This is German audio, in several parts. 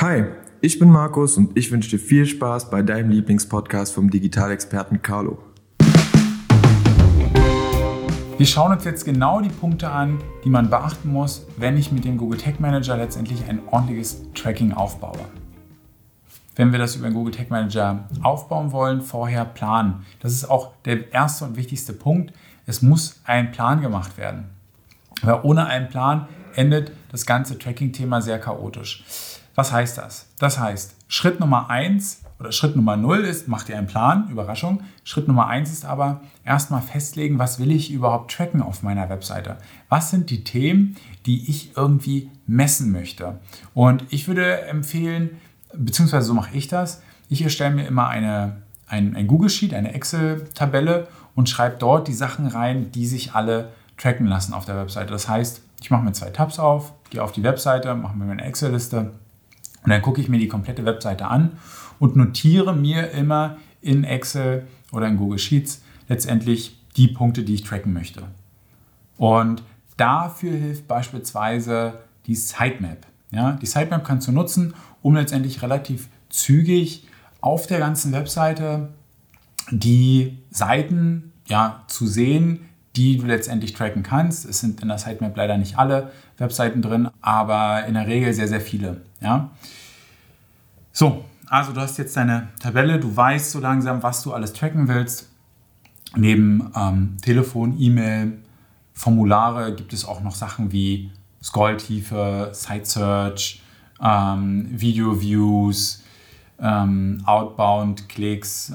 Hi, ich bin Markus und ich wünsche dir viel Spaß bei deinem Lieblingspodcast vom Digitalexperten Carlo. Wir schauen uns jetzt genau die Punkte an, die man beachten muss, wenn ich mit dem Google Tag Manager letztendlich ein ordentliches Tracking aufbaue. Wenn wir das über den Google Tag Manager aufbauen wollen, vorher planen. Das ist auch der erste und wichtigste Punkt. Es muss ein Plan gemacht werden. Weil ohne einen Plan endet das ganze Tracking-Thema sehr chaotisch. Was heißt das? Das heißt, Schritt Nummer 1 oder Schritt Nummer 0 ist, mach dir einen Plan, Überraschung. Schritt Nummer 1 ist aber erstmal festlegen, was will ich überhaupt tracken auf meiner Webseite? Was sind die Themen, die ich irgendwie messen möchte? Und ich würde empfehlen, beziehungsweise so mache ich das, ich erstelle mir immer ein Google Sheet, eine Excel-Tabelle und schreibe dort die Sachen rein, die sich alle tracken lassen auf der Webseite. Das heißt, ich mache mir 2 Tabs auf, gehe auf die Webseite, mache mir eine Excel-Liste und dann gucke ich mir die komplette Webseite an und notiere mir immer in Excel oder in Google Sheets letztendlich die Punkte, die ich tracken möchte. Und dafür hilft beispielsweise die Sitemap. Ja, die Sitemap kannst du nutzen, um letztendlich relativ zügig auf der ganzen Webseite die Seiten zu sehen, die du letztendlich tracken kannst. Es sind in der Sitemap leider nicht alle Webseiten drin, aber in der Regel sehr, sehr viele. Ja? So, also du hast jetzt deine Tabelle, du weißt so langsam, was du alles tracken willst. Neben Telefon, E-Mail, Formulare gibt es auch noch Sachen wie Scrolltiefe, Site Search, Video Views, Outbound Klicks,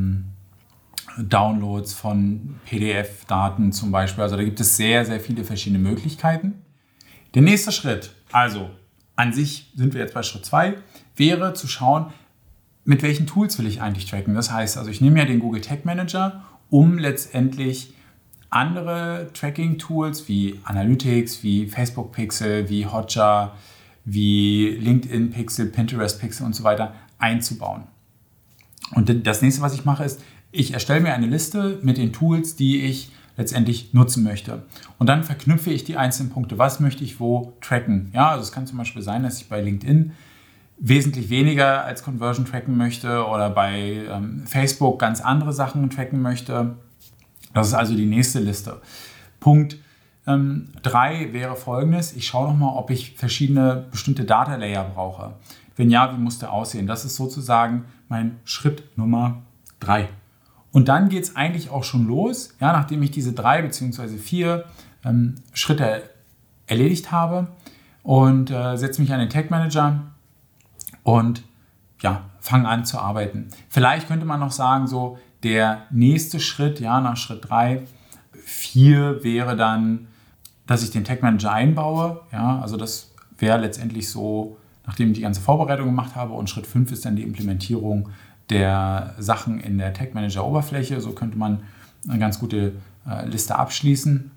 Downloads von PDF-Daten zum Beispiel. Also da gibt es sehr, sehr viele verschiedene Möglichkeiten. Der nächste Schritt, also an sich sind wir jetzt bei Schritt 2, wäre zu schauen, mit welchen Tools will ich eigentlich tracken. Das heißt, also ich nehme ja den Google Tag Manager, um letztendlich andere Tracking-Tools wie Analytics, wie Facebook Pixel, wie Hotjar, wie LinkedIn Pixel, Pinterest Pixel und so weiter einzubauen. Und das nächste, was ich mache, ist, ich erstelle mir eine Liste mit den Tools, die ich letztendlich nutzen möchte. Und dann verknüpfe ich die einzelnen Punkte. Was möchte ich wo tracken? Ja, also es kann zum Beispiel sein, dass ich bei LinkedIn wesentlich weniger als Conversion tracken möchte oder bei Facebook ganz andere Sachen tracken möchte. Das ist also die nächste Liste. Punkt 3 wäre folgendes. Ich schaue nochmal, ob ich verschiedene bestimmte Data Layer brauche. Wenn ja, wie muss der aussehen? Das ist sozusagen mein Schritt Nummer 3. Und dann geht es eigentlich auch schon los, ja, nachdem ich diese 3 bzw. 4 Schritte erledigt habe und setze mich an den Tag Manager und fange an zu arbeiten. Vielleicht könnte man noch sagen, so der nächste Schritt, nach Schritt 3, 4 wäre dann, dass ich den Tag Manager einbaue. Ja, also das wäre letztendlich so, nachdem ich die ganze Vorbereitung gemacht habe. Und Schritt 5 ist dann die Implementierung der Sachen in der Tag Manager Oberfläche. So könnte man eine ganz gute Liste abschließen.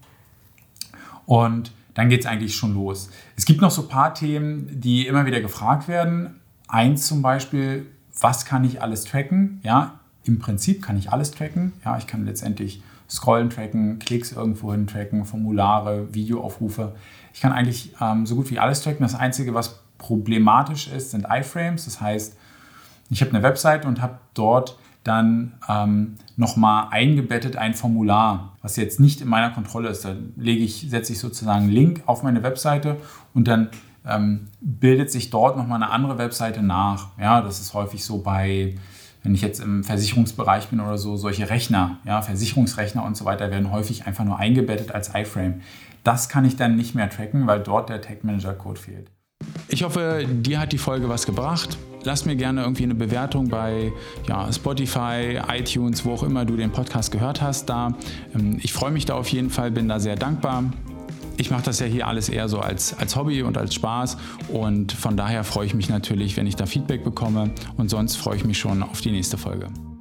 Und dann geht es eigentlich schon los. Es gibt noch so ein paar Themen, die immer wieder gefragt werden. Eins zum Beispiel, was kann ich alles tracken? Ja, im Prinzip kann ich alles tracken. Ja, ich kann letztendlich Scrollen tracken, Klicks irgendwo hin tracken, Formulare, Videoaufrufe. Ich kann eigentlich so gut wie alles tracken. Das Einzige, was problematisch ist, sind Iframes. Das heißt, ich habe eine Webseite und habe dort dann nochmal eingebettet ein Formular, was jetzt nicht in meiner Kontrolle ist. Da setze ich sozusagen einen Link auf meine Webseite und dann bildet sich dort nochmal eine andere Webseite nach. Ja, das ist häufig so wenn ich jetzt im Versicherungsbereich bin oder so, solche Rechner, Versicherungsrechner und so weiter werden häufig einfach nur eingebettet als iframe. Das kann ich dann nicht mehr tracken, weil dort der Tag Manager Code fehlt. Ich hoffe, dir hat die Folge was gebracht. Lass mir gerne irgendwie eine Bewertung bei Spotify, iTunes, wo auch immer du den Podcast gehört hast. Ich freue mich da auf jeden Fall, bin da sehr dankbar. Ich mache das ja hier alles eher so als Hobby und als Spaß und von daher freue ich mich natürlich, wenn ich da Feedback bekomme und sonst freue ich mich schon auf die nächste Folge.